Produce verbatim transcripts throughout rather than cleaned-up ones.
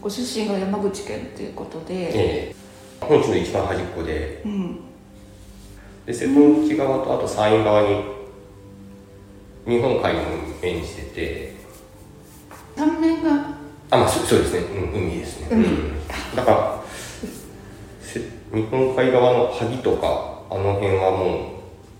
ご出身が山口県っていうことで、 ええ、本州の一番端っこで、 うん、 で瀬戸内側とあと山陰側に日本海に面してて、 南面があ、まあ、そそうですね、うん、海ですね、 海、 うん、だから日本海側の萩とかあの辺はも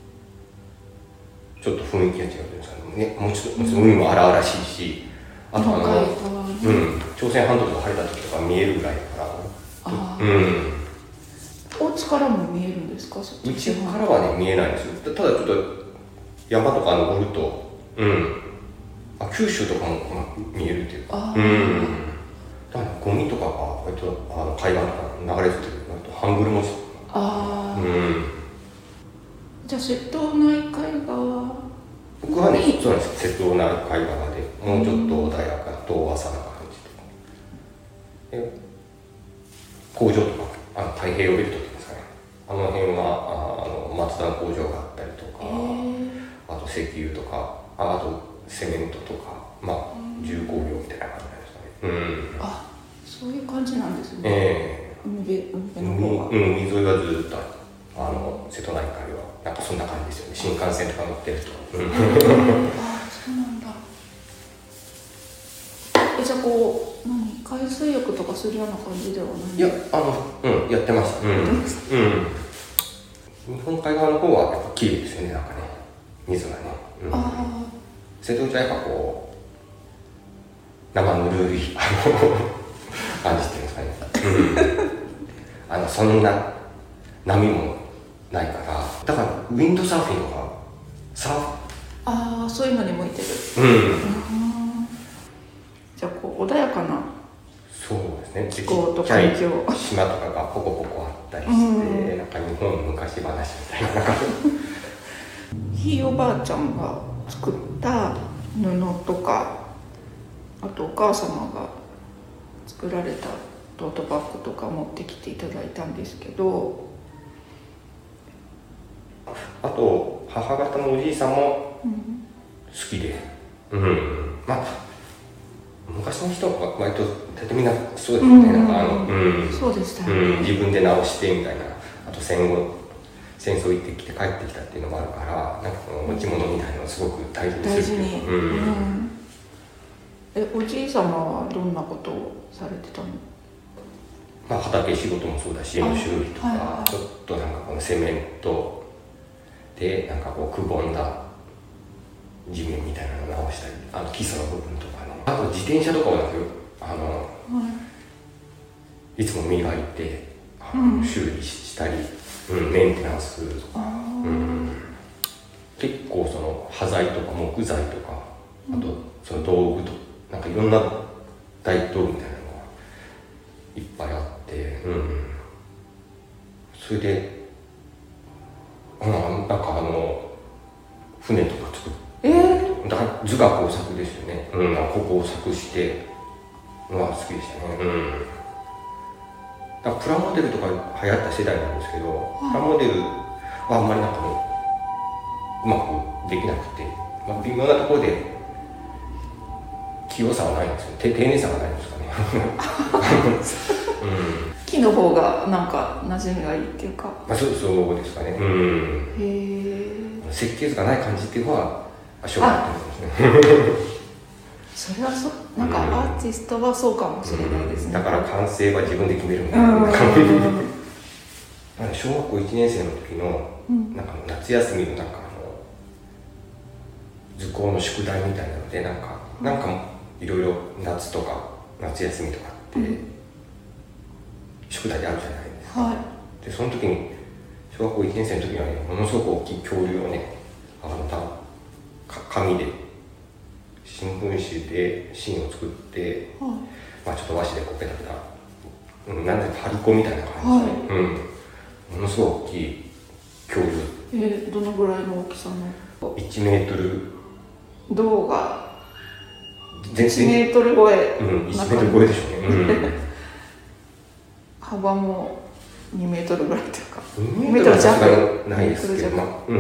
うちょっと雰囲気が違うんですかね、もうちょっと海も荒々しいし、あとあの、うん、朝鮮半島とか晴れた時とか見えるぐらいだから、 あ、 うん、 お家からも見えるんですか？ うちからはね見えないんですよ。ただちょっと山とか登ると、うん、あ、九州とかも、まあ、見えるっていうか、うん、だからゴミとかが割とあの海岸とか流れててるとハングル文字とか、 あ、 うん、じゃあ瀬戸内海側、 僕はね、そうなんです、瀬戸内海側でもうちょっと穏やかな遠浅な感じで、で工場とかあの太平洋ベルトっていうんですかね、あの辺はあの松田の工場があったりとか、あと石油とか、ああとセメントとか、まあ重工業みたいな感じなんですかね、うん、あ、 そういう感じなんですね、 えー、 海辺、海辺の方は、 うん、海沿いはずっとあの瀬戸内海はなんかそんな感じですよね、新幹線とか乗ってると、うん、ああ、そうなんだ。え、じゃあこう何海水浴とかするような感じではない？ いや、あの、うん、やってました、うん、うん、日本海側の方はやっぱ綺麗ですよね、なんかね、水がね、うん、あ、瀬戸内はやっぱこう生ぬるいあの感じっていうんですかね、うん、あのそんな波もないから、だからウィンドサーフィンとかサーフ、 ああ、そういうのに向いてる、 うん、うん、 じゃあこう穏やかな、 そうですね、 気候と環境、 島とかがポコポコあったりして、うん、なんか日本昔話みたいなひいおばあちゃんが作った布とか、あとお母様が作られたトートバッグとか持ってきていただいたんですけど、 あと母方のおじいさんも好きで、うんうん、まあ昔の人は割と大体みんなそうですよね、なんかあの、うん、 そうでしたね、 うん、自分で直してみたいな、あと戦後戦争行ってきて帰ってきたっていうのもあるから、なんかこの持ち物みたいなのをすごく大事にするっていう、うんうん、 え、おじい様はどんなことをされてたの？ まあ、畑仕事もそうだし、家の修理とか、はいはい、ちょっとなんかこのセメントでなんかこうくぼんだ地面みたいなのを直したり、あの基礎の部分とかね、あと自転車とかをなんかあの、はい、いつも磨いてあの、うん、修理したり、うん、メンテナンスとか、うん、結構その端材とか木材とか、あとその道具となんかいろんな大道具みたいなのがいっぱいあって、うん、それで、うん、なんかあの船とか作って、えー、だから図画工作ですよね、うん、ここを作してのは好きでしたね、うん、だからプラモデルとか流行った世代なんですけど、はい、プラモデルはあんまりなんかもううまくできなくて、まあ、微妙なところで器用さはないんですよ、丁寧さがないんですかね、 うん、木の方がなんか馴染みがいいっていうか、 まあ、そう、そうですかね、うん、へー、設計図がない感じっていうのはしょうがないと思いますねそれはそなんかアーティストはそうかもしれないですね、 うん、だから完成は自分で決めるみたいな、うん、小学校いちねん生の時の、うん、なんか夏休みのなんかあの図工の宿題みたいなのでなんか、うん、なんかいろいろ夏とか夏休みとかって、うん、宿題であるじゃないですか、はい、でその時に小学校いちねん生の時にはね、ものすごく大きい恐竜をね、あのか紙で新聞紙で芯を作って、はい、まあちょっと和紙でこうペタペタ、うん、なんで張り子みたいな感じで、はい、うん、ものすごい大きい恐竜、 えー、どのぐらいの大きさの？ いちメートル、 胴がいちメートル超え、 うん、いちメートル超えでしょうね、うん、 幅もにメートルぐらいというか、 にメートル弱ないですけど、まあ、うん、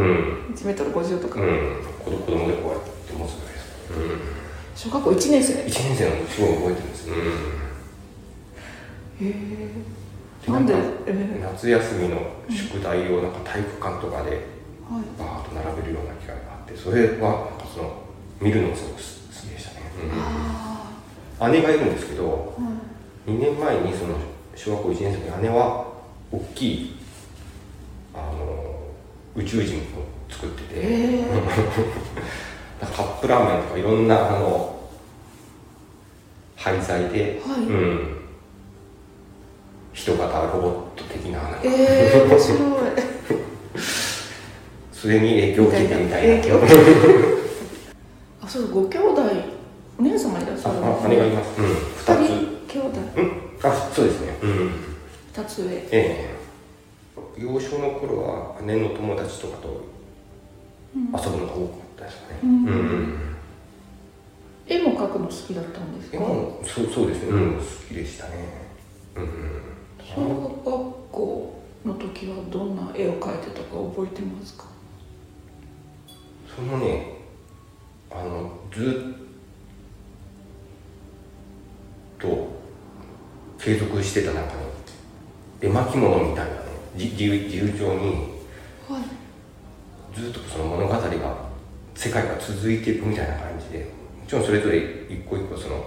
いちメートルごじゅうとか、 うん、子供でこうやって持つぐらいですか、うん、 小学校いちねん生いちねん生のすごい覚えてるんです、うん、 へえ。なんで、えー、夏休みの宿題をなんか体育館とかではい、 バーッと並べるような機会があって、それはなんかその見るのもすごく好きでしたね、うん、姉がいるんですけど、はい、にねんまえにその小学校いちねん生の姉は大きいあの宇宙人を作ってて、えー、カップラーメンとかいろんなあの廃材で、はい、うん、人型ロボット的な、なんか、 えー、面白いそれに影響を受けてみたいな。影響あ、そう、ご兄弟、お姉様いらっしゃるんですね。 姉がいます。うん、ふたつ。 兄弟。 うん、あ、そうですね。うん。 二つ上。 ええ。幼少の頃は姉の友達とかと遊ぶのが多かったですね。うん。うん、 絵も描くの好きだったんですか？ 絵もそうそうですね。うん、好きでしたね。うん。 小学校の時はどんな絵を描いてたか覚えてますか？ そのね、あのずっと継続してた中に絵巻物みたいなね、自由自由帳に、はい、ずっとその物語が世界が続いていくみたいな感じで、もちろんそれぞれ一個一個その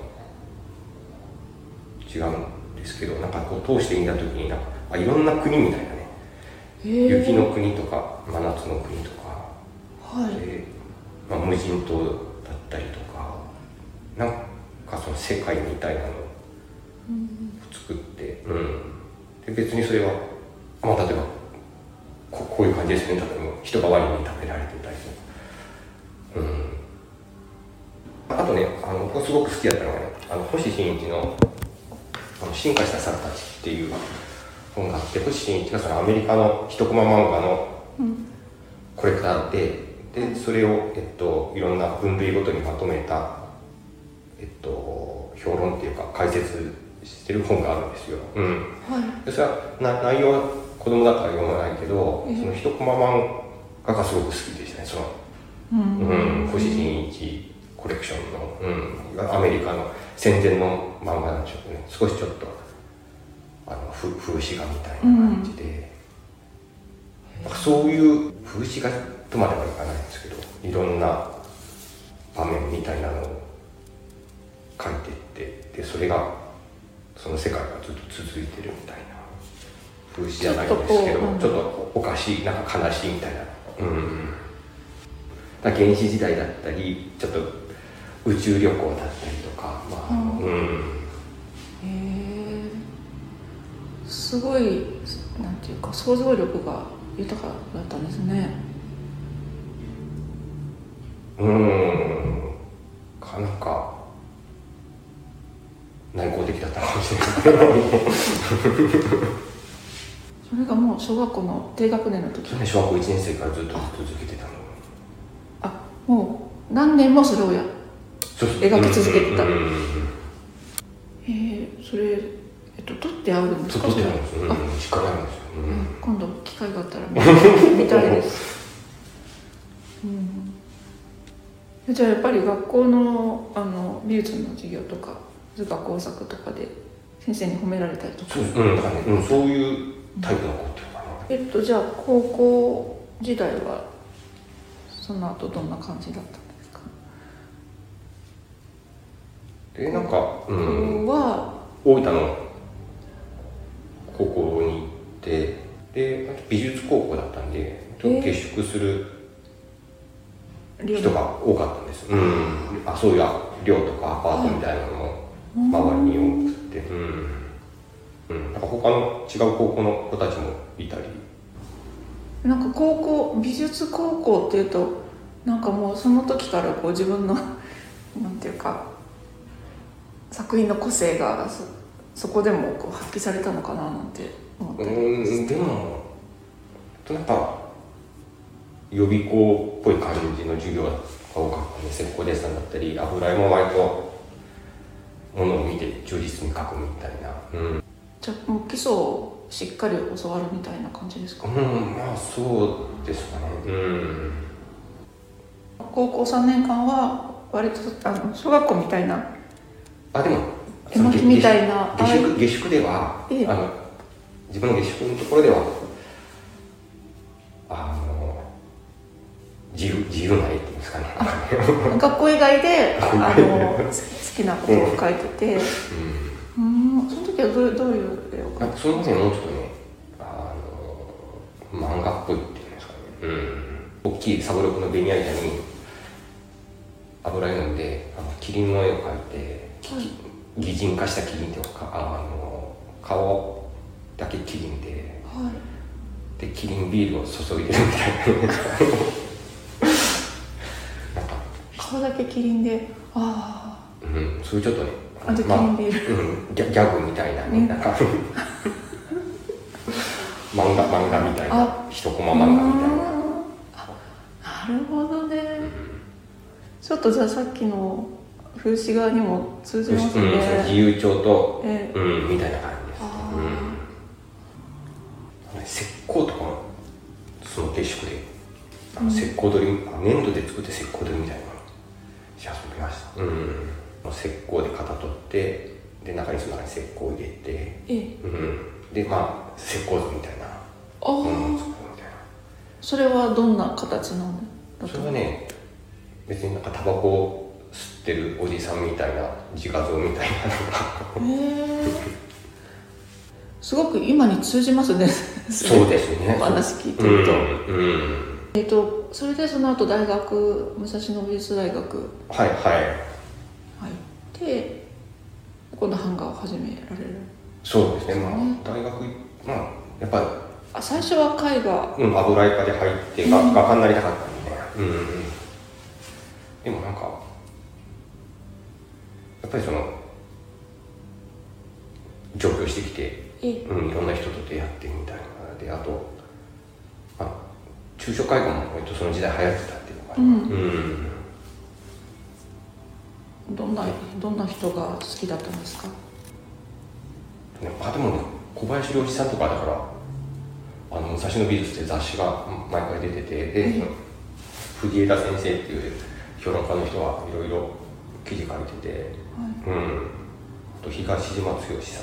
違うんですけど、なんかこう通してみた時になんかあいろんな国みたいなね、雪の国とか真夏の国とか、はい、でまあ、無人島だったりとか、なんかその世界みたいなのを作って、うん、で別にそれは、まあ、例えば こ, こういう感じですね、例えば人がワニに食べられてたりとか、うん、あとね、あの僕がすごく好きだったのがね、あの星新一の「あの進化した猿たち」っていう本があって、星新一がそのアメリカの一コマ漫画のコレクターで、でそれを、えっと、いろんな分類ごとにまとめた、えっと、評論っていうか解説してる本があるんですよ、うん、はい、でそれはな内容は子供だから読まないけど、その一コマ漫画がすごく好きでしたね、その、うんうん、星新一コレクションの、うん、アメリカの戦前の漫画なんでしょうね、少しちょっとあの風刺画みたいな感じで、うん、そういう風刺画とまではいかないんですけど、いろんな場面みたいなのを描いていって、でそれがその世界がずっと続いてるみたいな風刺じゃないんですけど、ちょっと、ちょっとおかしい、なんか悲しいみたいな、うん、だ原始時代だったり、ちょっと宇宙旅行だったりとか、まあ、うん、うん、へえ、すごいなんていうか想像力が豊かだったんですね。 うーん、かなんか内向的だったかもしれないそれがもう小学校の低学年の時、 ね、小学校いちねん生からずっと続けてたの。 あ、もう何年もそれをや描き続けてた。へえ、それ、えっと、撮ってあるんですか？ 撮ってあるんですよ、うん、しっかりあるんですよ、うん、 今度機会があったら見たいです、うん、じゃあやっぱり学校 の, あの美術の授業とか図画工作とかで先生に褒められたりとか。 そう、うん、だからね、うん、そういうタイプの子っていうかな。 えっとじゃあ高校時代はその後どんな感じだったんですか？ えなんか、うん、 は大分の高校に行って、で美術高校だったんで下宿する人が多かったんです、うん、あ、そういう寮とかアパートみたいなのも周りに多くて、うんうん、なんか他の違う高校の子たちもいたり。 なんか高校、美術高校っていうとなんかもうその時からこう自分のなんていうか作品の個性が そ, そこでもこう発揮されたのかななんて思ったり。 うん、でもなんか予備校っぽい感じの授業が多かったんですよ。ここでさんだったり油絵も割とものを見て忠実に描くみたいな、うん、 じゃあもう基礎をしっかり教わるみたいな感じですか？ うん、まあそうですかね、うん、 高校さんねんかんは割とあの小学校みたいな。 あ、でも絵巻みたいな下宿下宿では、ええ、あの自分の下宿のところではあの自由自由な絵っていうんですかね学校以外であの好きなことを描いてて、うん、うん、その時はどう、どういう絵を描いてた？ その時はもうちょっとねあの漫画っぽいっていうんですかね、うん、大きいサブロクのベニヤ板に油絵の具であのキリンの絵を描いて、はい、擬人化したキリンっていうかあの顔だけキリンで、はい、でキリンビールを注いでるみたいななんか顔だけキリンで、ああ、うん、そういうちょっとねあとキリンビール、 まあうん、ギャ、ギャグみたいなね、うん、なんか漫画漫画みたいな一コマ漫画みたいな。 なるほどね、うん、ちょっとじゃあさっきの風刺画にも通じますね、 うん、自由帳と、えーうん、みたいな感じです、うん、石膏とかもその下宿であの石膏取り、うん、粘土で作って石膏取りみたいなのし遊びました、うん、石膏で型取ってで中にその中に石膏を入れて、えーうん、でまあ石膏図みたいなものを作るみたいな。 それはどんな形なの？ それはね別になんかタバコを吸ってるおじさんみたいな自画像みたいなのがへすごく今に通じますねそうですねお話聞いてると、 うんうん、 えっとそれでその後大学武蔵野美術大学はいはい入って今度版画を始められる。 そうですね、まあ大学まあやっぱりあ最初は絵画うん油絵科で入って、うん、画家になりたかったんで、うんうん、でもなんかやっぱりその上京してきて、うん、いろんな人と出会ってみたいなであとあ抽象絵画も割とその時代流行ってたっていうのかな、うんうん、どんなどんな人が好きだったんですか？ あでもね小林良一さんとかだからあの武蔵野美術って雑誌が毎回出ててで、うん、藤枝先生っていう評論家の人はいろいろ記事書いてて、はい、うん、あと東島剛さんとかね、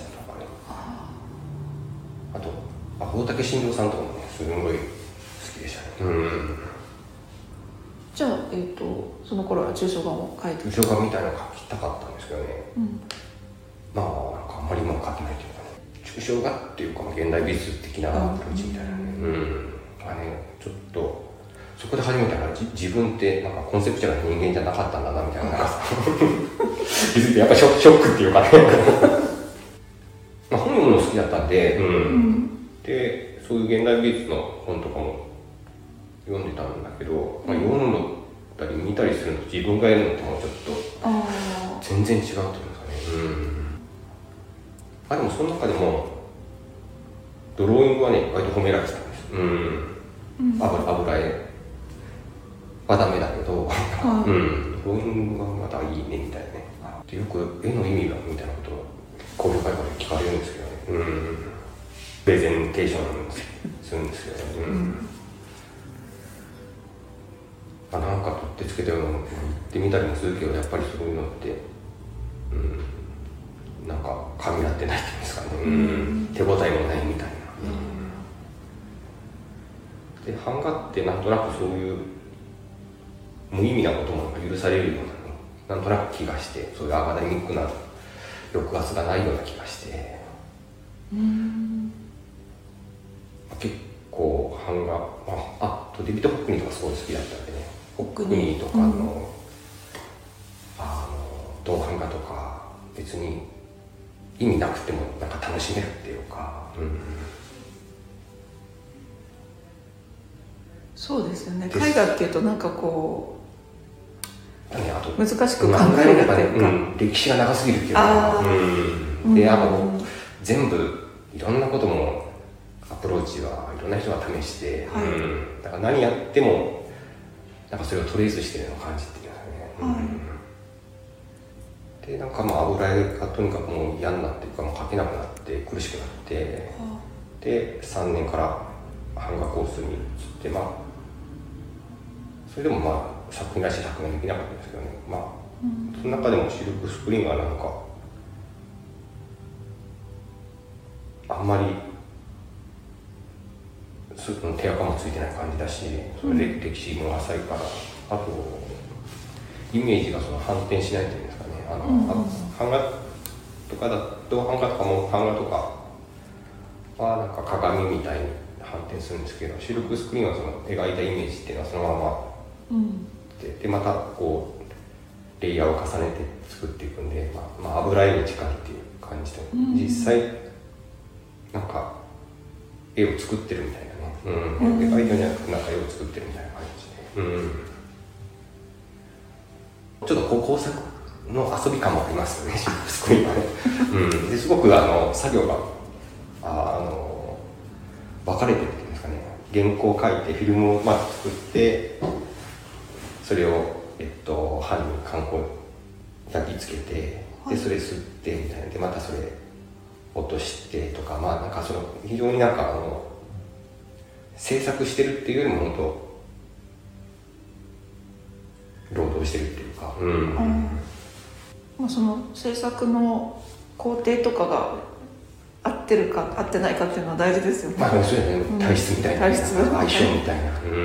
あとあ大竹新郎さんとかもねすごい好きでしたね、うん、 じゃあ、えーと、その頃は抽象画も描いて抽象画みたいなの描きたかったんですけどね、うん、まあなんかあんまり今は描けないというかね抽象画っていうか現代美術的なアプローチみたいなね、うん、うん、あねちょっとそこで初めて自分ってなんかコンセプチュアルな人間じゃなかったんだなみたいな気づいてやっぱりショック、ショックっていうかねまあ本読むの好きだったんで、うんうん、でそういう現代美術の本とかも読んでたんだけど、まあ、読んだり見たりするのと自分がやるのってもうちょっと全然違うというんですかね、うん、あでもその中でもドローイングはね割と褒められてたんです、うん、油, 油絵はダメだけど、はい、うん、ドローイングはまたいいねみたいなねでよく絵の意味がみたいなことを交流会とかで聞かれるんですけどね、うん、プレゼンテーションするんですけどね、うん、まあ、なんか取ってつけたようなの言ってみたりもするけどやっぱりそういうのって、うん、なんか噛み合ってないっていうんですかね、うん、手応えもないみたいな、うん、で版画ってなんとなくそういう無意味なことも許されるような、なんとなく気がしてそういうアカデミックな抑圧がないような気がして、うん、結構版画、あ、あとデビッド・ホックニーとかすごい好きだったんでねホックニーとかの、うん、あの銅版画とか別に意味なくてもなんか楽しめるっていうか、うん、 そうですよね絵画っていうとなんかこうね、あと難しく考えるっていうか、 うん、歴史が長すぎるっていうか、うん、であの全部いろんなこともアプローチはいろんな人が試して、はい、うん、だから何やってもなんかそれをトレースしてるような感じっていうかね、はい、うん、でなんかまあ油絵がとにかくもう嫌になっていうかもう描けなくなって苦しくなって、はあ、でさんねんから版画コースに移ってまあそれでもまあ作品らしい作品ができなかったんですけどね、まあ、うん、その中でもシルクスプリングはなんかあんまりその手垢もついてない感じだし、それで歴史も浅いから、あとイメージがその反転しないというんですかね。あの、うんうん、版画とかだと版画とかも版画とかはなんか鏡みたいに反転するんですけど、シルクスクリーンはその描いたイメージっていうのはそのまま、うん、で, でまたこうレイヤーを重ねて作っていくんで、まあ、まあ油絵に近いっていう感じで、うん、実際なんか絵を作ってるみたいなね、うん、描いたんじゃなくてなんか絵を作ってるみたいな感じで、うん、ちょっとこう工作の遊び感もありますよね、シルクスクリーンはね、うん、ですごくあの作業がああの分かれてるっていうんですかね。原稿を書いてフィルムをまず作って、それを、えっと、版に観光焼き付けて、でそれ吸ってみたいなでまたそれ落としてとか、まあなんかその非常になんかあの制作してるっていうよりも本当労働してるっていうか、うん、 まあ、その制作の工程とかが合ってるか合ってないかっていうのは大事ですよね。 まあそうですね、うん、体質みたいな、 体質相性みたいな、うんうん、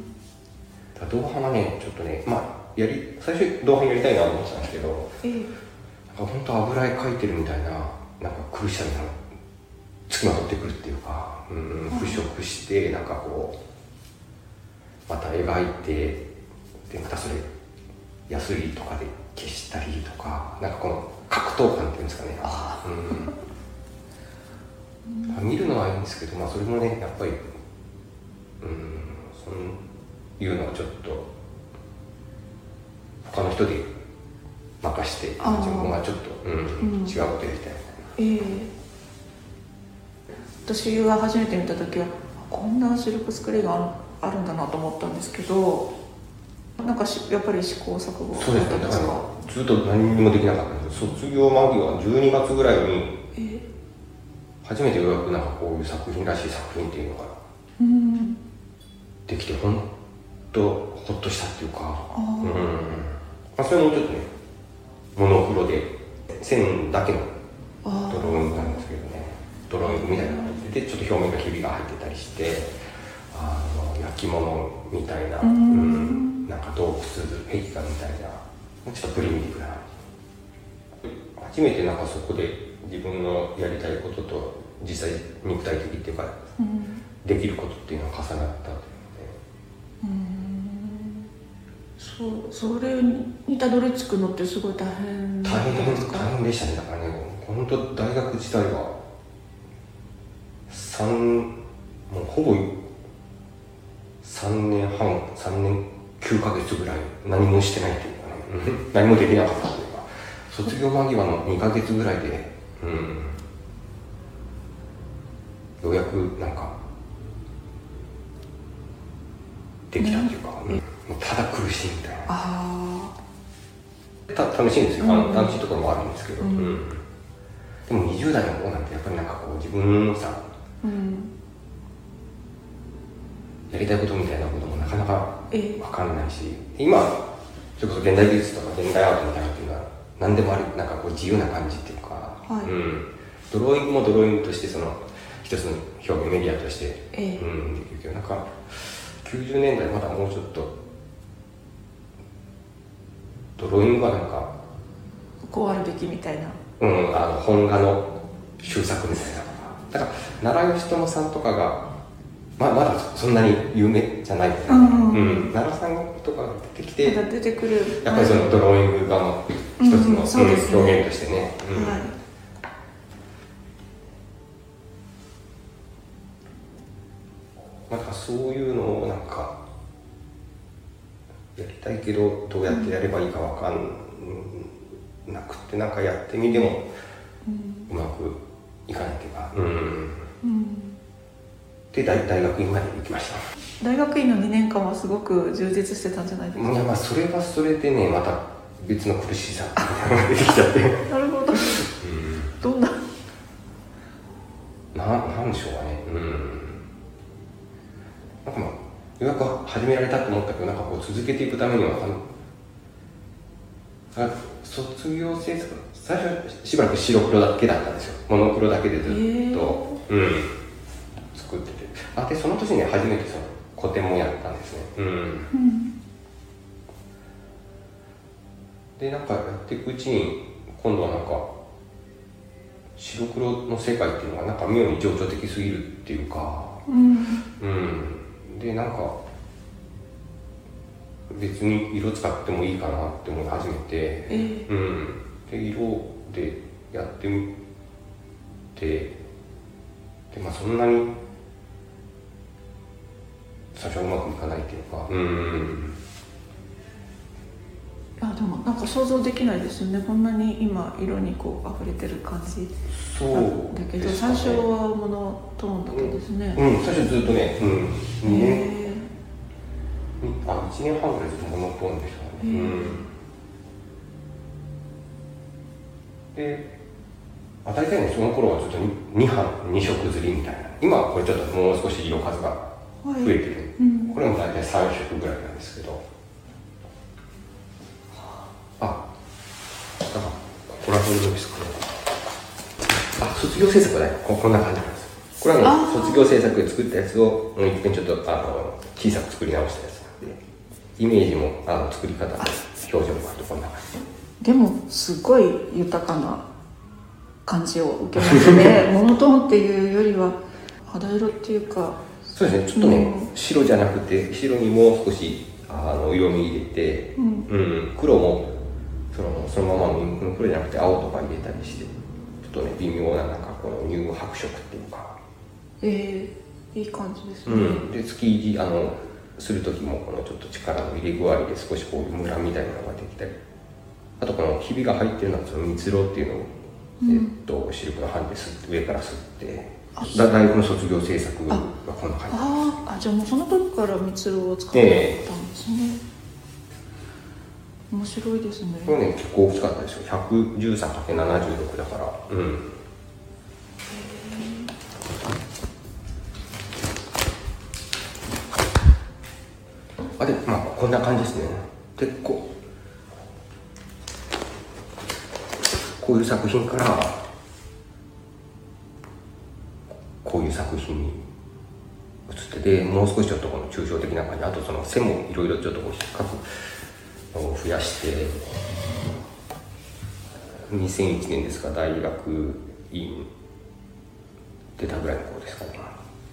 だ銅版はねちょっとね、まあやり最初銅版やりたいなと思ってたんですけど、ええ、なんか本当油絵描いてるみたいななんか苦しさみたいなつきまとってくるっていうか、うん、腐食してなんかこうまた描いてでまたそれヤスリとかで消したりとか、なんかこの格闘感っていうんですかね、うん、見るのはいいんですけど、まあそれもねやっぱり、うん、そういうのはちょっと他の人で任して自分がちょっと、うんうん、違うことやりたい。えー、 私が初めて見た時はこんなシルクスクリーンがあるんだなと思ったんですけど、なんかしやっぱり試行錯誤そうですね、だからずっと何にもできなかったんです。卒業間際じゅうにがつぐらいに、えー、初めてようやくなんかこういう作品らしい作品っていうのができて、ほんとほっとしたっていうか、うん、まあ、それもちょっとねモノクロで線だけのドローイングなんですけどね、ドローイングみたいな感じでちょっと表面がひびが入ってたりして、あの焼き物みたいな、うん、なんか洞窟壁画みたいなちょっとプリミティブな、初めてなんかそこで自分のやりたいことと実際肉体的っていうか、うん、できることっていうのが重なったというので、うん、 そ, それにたどり着くのってすごい大変大変ですか？大変でしたね。だからね、本当大学時代は三もうほぼさんねんはんさんねんきゅうかげつぐらい何もしてないっていうかね何もできなかったというか、卒業間際のにかげつぐらいで、うん、ようやくなんかできたっていうか、うん、ただ苦しいみたいな。あた楽しいんですよ、うん、楽しいところもあるんですけど、うんうん、でもにじゅう代の方なんてやっぱりなんかこう自分のさ、うん、やりたいことみたいなこともなかなか分かんないし、今それこそ現代美術とか現代アートみたいなっていうのは何でもある、なんかこう自由な感じっていうか、はい、うん、ドローイングもドローイングとしてその一つの表現メディアとして、ええ、うん、できるけど、なんかきゅうじゅうねんだいまだもうちょっとドローイングはなんかこうあるべきみたいな、 うん、あの本画の修作みたいな、だから奈良義朝さんとかがま, まだそんなに有名じゃないけど、うんうん、奈良さんとかが出てきて、 まだ出てくる、 やっぱりそのドローイング画の一つの、うんうんそうですね、表現としてね、うん、はい、なんかそういうのをなんかやりたいけどどうやってやればいいかわかんなくて、なんかやってみてもうまくいかないっていうか、うんうん、で 大, 大学院まで行きました。 大学院のにねんかんはすごく充実してたんじゃないですか？ いや、まあそれはそれでね、また別の苦しさみたいなのが出てきちゃってなるほど、うん、どんなな、なんでしょうかね、うん、なんかまあようやく始められたと思ったけど、なんかこう続けていくためにはあ卒業制作最初しばらく白黒だけだったんですよ。モノクロだけでずっと、うん、作ってて、あでその年に初めてその個展もやったんですね。うん、うん、でなんかやっていくうちに今度はなんか白黒の世界っていうのがなんか妙に情緒的すぎるっていうか、うん、うん、でなんか別に色使ってもいいかなって思い始めて、えー、うん、で色でやってみて、でまあそんなに最初はうまくいかないっていうか、うん、 あでもなんか想像できないですよね。こんなに今色にこう溢れてる感じそうだけど、最初はモノトーンだけですね。 うん、うん、最初ずっとね、うん、にねんあいちねんはんぐらいずっとモノトーンでしたね。うん、であ大体ねその頃はずっと に, 班に色刷りみたいな。今はこれちょっともう少し色数が増えてる、はい、うん、これも大体さん色ぐらいなんですけど、あだからここら辺のですかね。あ卒業制作はね こ, こんな感じなんです。これはね卒業制作で作ったやつをもう一遍ちょっとあの小さく作り直したやつなんで、イメージもあの作り方と表情もあるとこんな感じでもすごい豊かな感じを受けますね。モノトーンっていうよりは肌色っていうか、 そうですね、ちょっとね、うん、白じゃなくて白にもう少しあの色味入れて、うんうん、黒もそのそのままのインクの黒じゃなくて青とか入れたりして、ちょっとね微妙ななんかこの乳白色っていうか、 えー、いい感じですね。 うん、で月地あのする時もこのちょっと力の入れ具合で少しこういうムラみたいなのができたり、あとこのひびが入ってるのはその蜜ろっていうのを、うん、えっとシルクの針で吸って上から吸って大学の卒業制作がこんな感じ。 ああ、じゃあもうその時から蜜ろを使ってたんですね。えー、面白いですね。 これね結構大きかったですよ。 ひゃくじゅうさんかけるななじゅうろく だから、うん、あでまあこんな感じですね。でこうこういう作品からこういう作品に移って、でもう少しちょっとこの抽象的な感じ、あとその線もいろいろちょっとこう深く増やして、にせんいちねんですか、大学院出たぐらいの頃ですかね。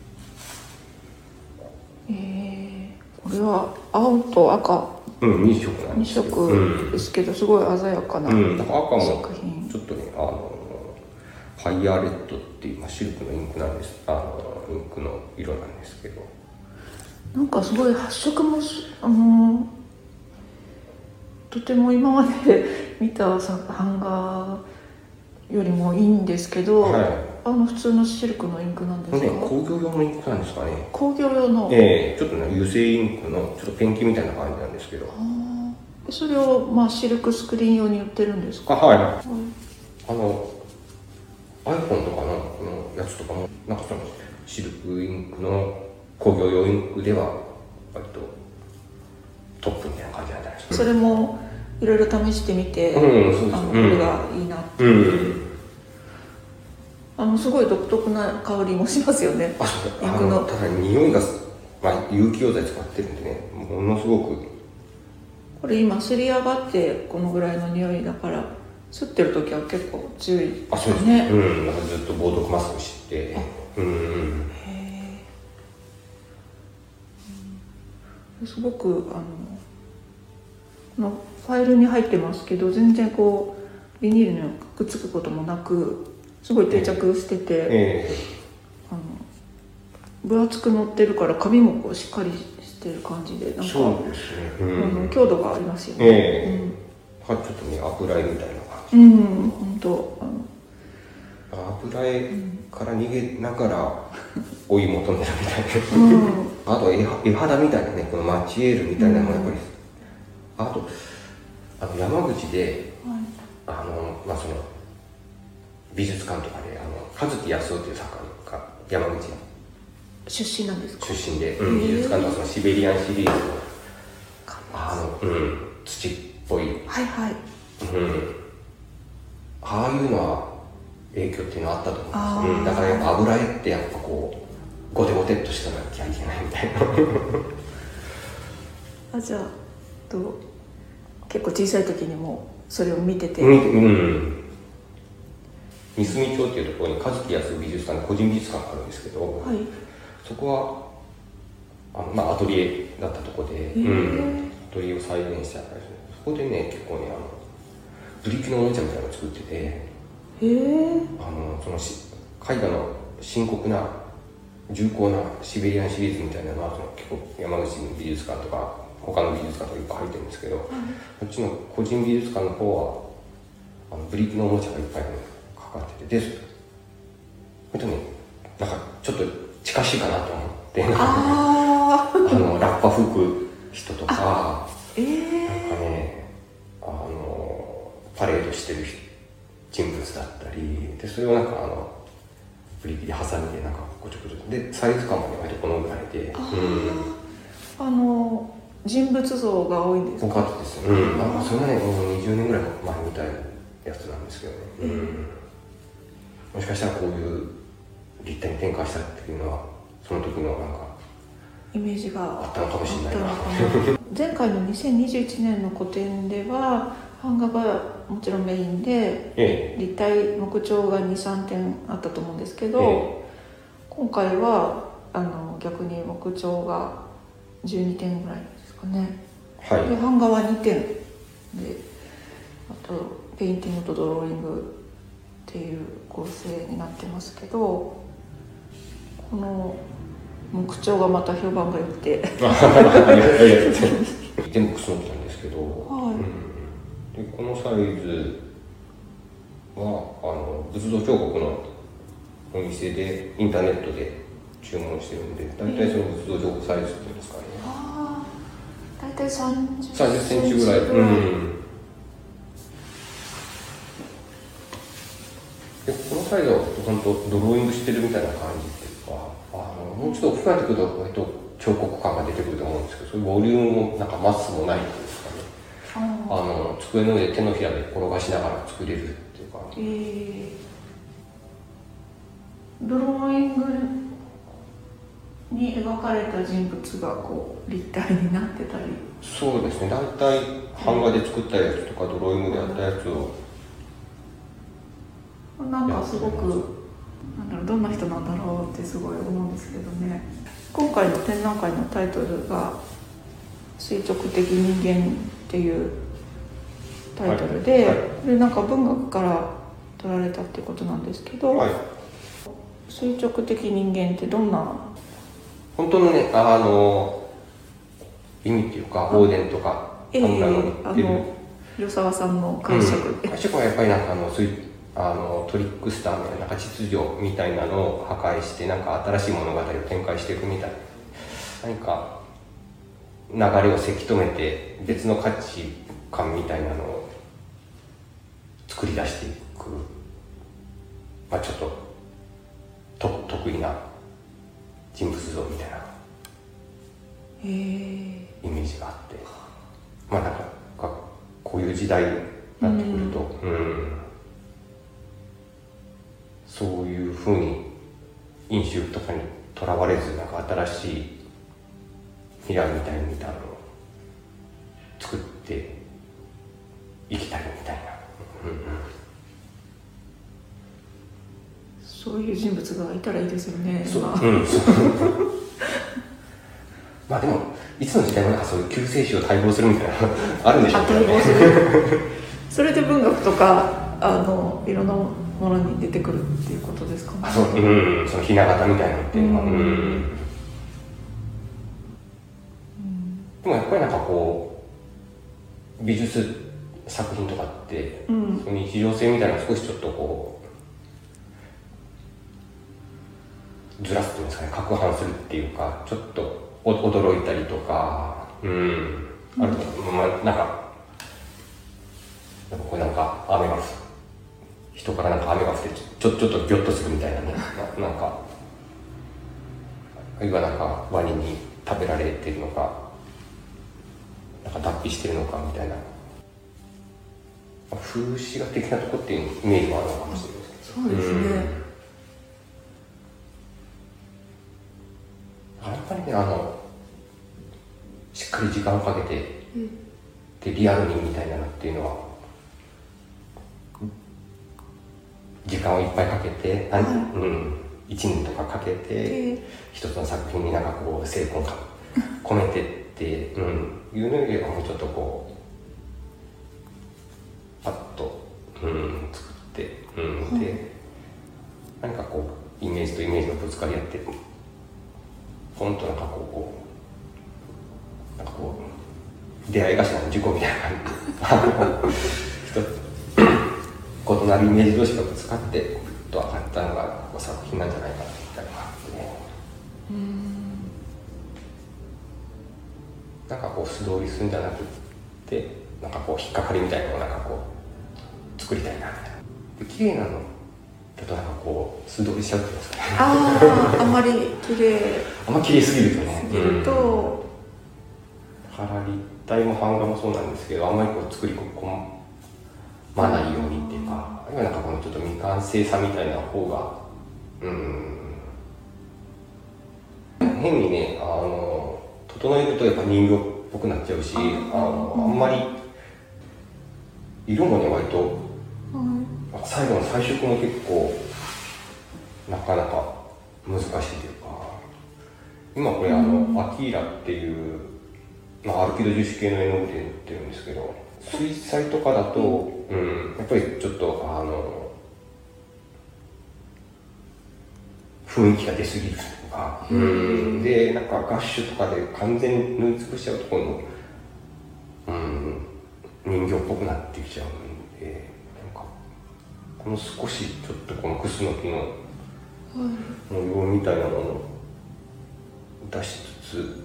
えー、これは青と赤、 うん、に色なんですよ。 に色ですけど、うん、すごい鮮やかな作品。うん、だから赤もちょっとね、あのファイヤーレッドっていう、まあ、シルクのインクなんです。あのインクの色なんですけど、 なんかすごい発色もあのとても今まで見た版画よりもいいんですけど、はい、あの普通のシルクのインクなんですか？ ね、工業用のインクなんですかね。 工業用の、 ええー、ちょっとね油性インクのちょっとペンキみたいな感じなんですけど、 あそれを、まあ、シルクスクリーン用に売ってるんですか？ あはい、はい、あの iPhone とかのやつとかもなんかそのシルクインクの工業用インクでは割とトップみたいな感じなんじゃないですか。 それもいろいろ試してみて、うん、そうです、あのこれがいいなって、うん、あのすごい独特な香りもしますよね。 あそうだ、あのただ匂いが、まあ、有機溶剤使ってるんでね、ものすごくこれ今すり上がってこのぐらいの匂いだから吸ってる時は結構強いですね。 あそうですね、うん、なんかずっと防毒マスクして、うん、 へえ、すごくあののファイルに入ってますけど、全然こうビニールにくっつくこともなくすごい定着してて、えー、あの分厚く載ってるから紙もこうしっかりしてる感じで、なんかそうですね、うん、 あの強度がありますよね。 えーうん、ちょっとね油絵みたいな感じ。 うん、本当あの油絵から逃げながら追い求めるみたいな、うん、あと絵絵肌みたいなね、このマチエールみたいなのもやっぱり、うん、あとあの山口で、はい、あのまあその美術館とかであの和樹康夫という作家が山口の出身なんですか？ 出身で、うん、美術館のそのシベリアンシリーズのあの、うん、土っぽい、 はいはい、 うん、ああいうのは影響っていうのはあったと思います、うん、だからやっぱ油絵ってやっぱこうゴテゴテっとしたなきゃいけないみたいなあ、じゃあと結構小さい時にもそれを見てて、 うんうん、三隅町っていうところに和樹康美術館の個人美術館があるんですけど、はい、そこはあの、まあ、アトリエだったところで、うん、アトリエを再現してあったりする。そこでね結構ねあのブリキのおもちゃみたいなのを作ってて、へあのそのし絵画の深刻な重厚なシベリアンシリーズみたいなのはその結構山口美術館とか他の美術館とかいっぱい入ってるんですけど、はい、こっちの個人美術館の方はあのブリキのおもちゃがいっぱい、ね、かかってて、で本当になんかちょっと近しいかなと思ってああのラッパ吹く人とか、えー、なんかねあのパレードしてる人物だったりで、それをなんかあのブリキでハサミでなんかこちょこちょでサイズ感もね割とこのぐらいで、あ、 うん、あの人物像が多いんですか？ 多かったですよ、うん、なんかそれはねもうにじゅうねんぐらい前みたいなやつなんですけどね、うん、もしかしたらこういう立体に転換したっていうのはその時のなんかイメージがあったのかもしれないな。 前回のにせんにじゅういちねんの個展では版画がもちろんメインで、ええ、立体木彫が にさんてんあったと思うんですけど、ええ、今回はあの逆に木彫がじゅうにてんぐらいですかね、はい、で版画はにてんで、あとペインティングとドローイングっていう構成になってますけど、この木彫がまた評判が良くて全部クスノキなんですけど、はい、うん、でこのサイズはあの仏像彫刻のお店でインターネットで注文してるんで、大体その仏像彫刻サイズっていうんですかね、 ああ、大体さんじゅっセンチぐらい、うん、でこのサイズは本当ドローイングしてるみたいな感じっていうか、あのもうちょっと大きくなってくると割と彫刻感が出てくると思うんですけど、そういうボリュームもなんかマスもないっていうんですかね、あの机の上で手のひらで転がしながら作れるっていうか、えー、 ドローイングに描かれた人物がこう立体になってたり。 そうですね、大体版画で作ったやつとかドローイングでやったやつをなんかすごくなんだろう、どんな人なんだろうってすごい思うんですけどね。今回の展覧会のタイトルが垂直的人間っていうタイトルで、はいはい、でなんか文学から取られたっていうことなんですけど、はい、垂直的人間ってどんな本当のねあの意味っていうかオーデンとかえー、あの与沢さんの解釈、うん、 解釈はやっぱりなんかあのそういうあのトリックスターみたいな、なんか秩序みたいなのを破壊してなんか新しい物語を展開していくみたいな、何か流れをせき止めて別の価値観みたいなのを作り出していく、まあ、ちょっとと得意な人物像みたいなイメージがあって、まあなんかこういう時代になってくると、うん、うんそういうふうに飲酒とかにとらわれず、なんか新しい未来みたいなのを作っていきたいみたいな、うんうん、 そういう人物がいたらいいですよね。 そう、うん、まあでもいつの時代もなんかそういう救世主を待望するみたいなあるんでしょうけどね。待望するそれで文学とかあのいろんなものに出てくるっていうことですかね。 あ、そう、うん、そのひな形みたいなのっていうのは、うんうん、でもやっぱりなんかこう美術作品とかって、うん、その日常性みたいなのを少しちょっとこうずらすっていうんですかね、攪拌するっていうか、ちょっと驚いたりとか、うん、あると思う、まあ、なんかなんかこれなんか雨が降る人からなんか雨が降ってちょちょっとギョッとするみたいなね、な, なんかあるいはなんかワニに食べられてるのかなんか脱皮してるのかみたいな、不風刺画的なとこっていうイメージもあるのかもしれないです。 そうですね、 うん、やっぱりね、あのしっかり時間をかけて、 うん、 でリアルにみたいなのっていうのは時間をいっぱいかけて、はい、うん、いちねんとかかけて一つの作品になんかこう精魂が込めてって、うん、いうのよりはもうちょっとこうパッと、うん、作って、うん、で、はい、何かこうイメージとイメージがぶつかり合ってポンとなんかこうなんかこう出会い頭の事故みたいな感じ一つ異なるイメージ同士がぶつかってと上がったのがこう作品なんじゃないかなみたいなのがあってね。うーん、なんかこう素通りするんじゃなくてなんかこう引っかかりみたいなのをなんかこう作りたいなみたいな。で綺麗なのだとなんかこう素通りしちゃうっていうんですかね。 ああ、あんまり綺麗あんま綺麗すぎるとね。 すぎると、 うん、だから立体も版画もそうなんですけど、あんまりこう作り込まないようにっていうか、あるいはなんかこのちょっと未完成さみたいな方が、うん、変にね、あの整えるとやっぱ人形っぽくなっちゃうし、あのあんまり色もね割と、うん、最後の彩色も結構なかなか難しいというか、今これあの、うん、アキーラっていう、まあ、アルキド樹脂系の絵の具で売ってるんですけど、水彩とかだと、うん、やっぱりちょっとあの雰囲気が出すぎるとか、うん、でなんかガッシュとかで完全に塗りつぶしちゃうと今度、うん、人形っぽくなってきちゃうんで、なんかこの少しちょっとこのクスノキの模様みたいなものを出しつつ、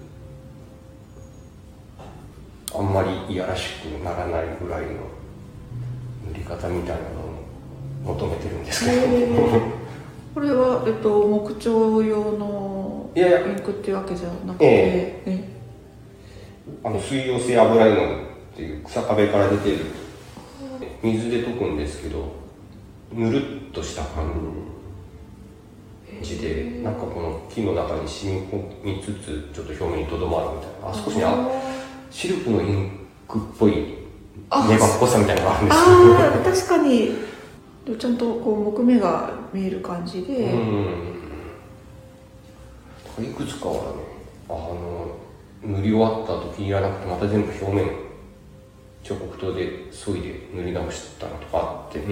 あんまりいやらしくならないぐらいの塗り方みたいなのを求めてるんですけど、えー、 これは、えっと、木彫用のインクっていうわけじゃなくて、えーえー、あの水溶性油絵の具っていう草壁から出てる水で溶くんですけど、ぬるっとした感じで、えー、なんかこの木の中に染み込みつつちょっと表面にとどまるみたいな、あ少しねシルクのインクっぽいネバっぽさみたいなのがあるんですよ。 ああ、確かにちゃんとこう木目が見える感じで、うん、 いくつかはね、あの塗り終わった後気に入らなくてまた全部表面彫刻刀で削いで塗り直したのとかあって、うん、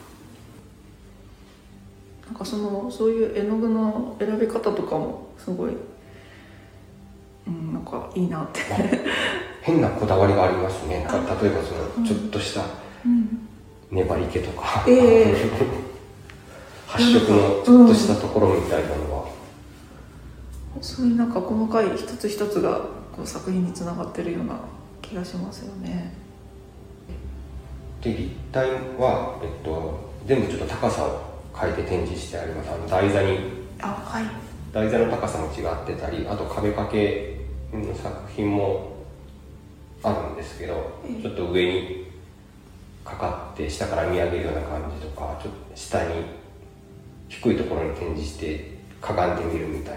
なんかそのそういう絵の具の選び方とかもすごい、うん、なんかいいなって変なこだわりがありますね。なんか例えばそのちょっとした粘り気とか、うん、えー、発色のちょっとしたところみたいなのは、 うん、そういうなんか細かい一つ一つがこう作品につながってるような気がしますよね。 で立体は、えっと、全部ちょっと高さを変えて展示してあります。あの台座に、 あ、はい、 台座の高さも違ってたり、あと壁掛けの作品もあるんですけど、ちょっと上にかかって下から見上げるような感じとか、ちょっと下に低いところに展示してかがんでみるみたいな。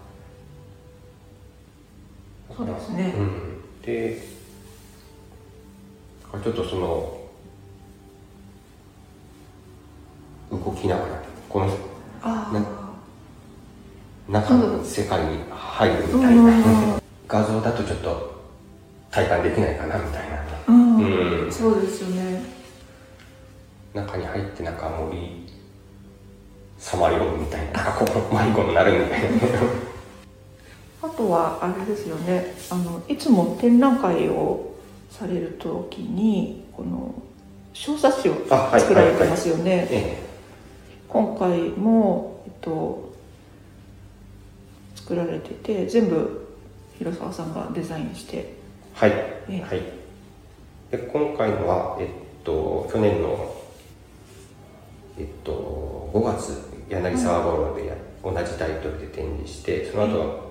そうですね、 うん、でちょっとその動きながらこの中の世界に入るみたいな画像だとちょっと体感できないかなみたいな、 うんうん、そうですよね。 中に入ってなんか森さまようみたいな、こう迷子になるみたいなあとはあれですよね、あのいつも展覧会をされる時にこの小冊子を作られてますよね。今回も、えっと、作られてて全部広沢さんがデザインして、 はい、えはい、で今回のは、えっと、去年の、えっと、ごがつ柳沢五郎でや、うん、同じタイトルで展示して、その後は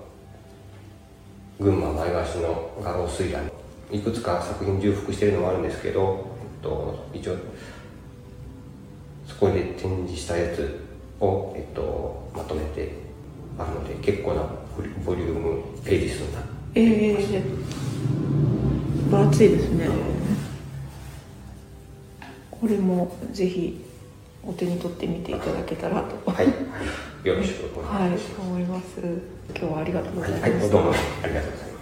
群馬前橋の画廊水覧いくつか作品重複しているのもあるんですけど、えっと、一応そこで展示したやつを、えっと、まとめてあるので、結構なボリュームページ数になってます。 えー、分厚いですね。これもぜひお手に取ってみていただけたらと、 はい、はい、よろしくお願いします。 はい、思います。今日はありがとうございました。 はい、はい、どうもありがとうございます。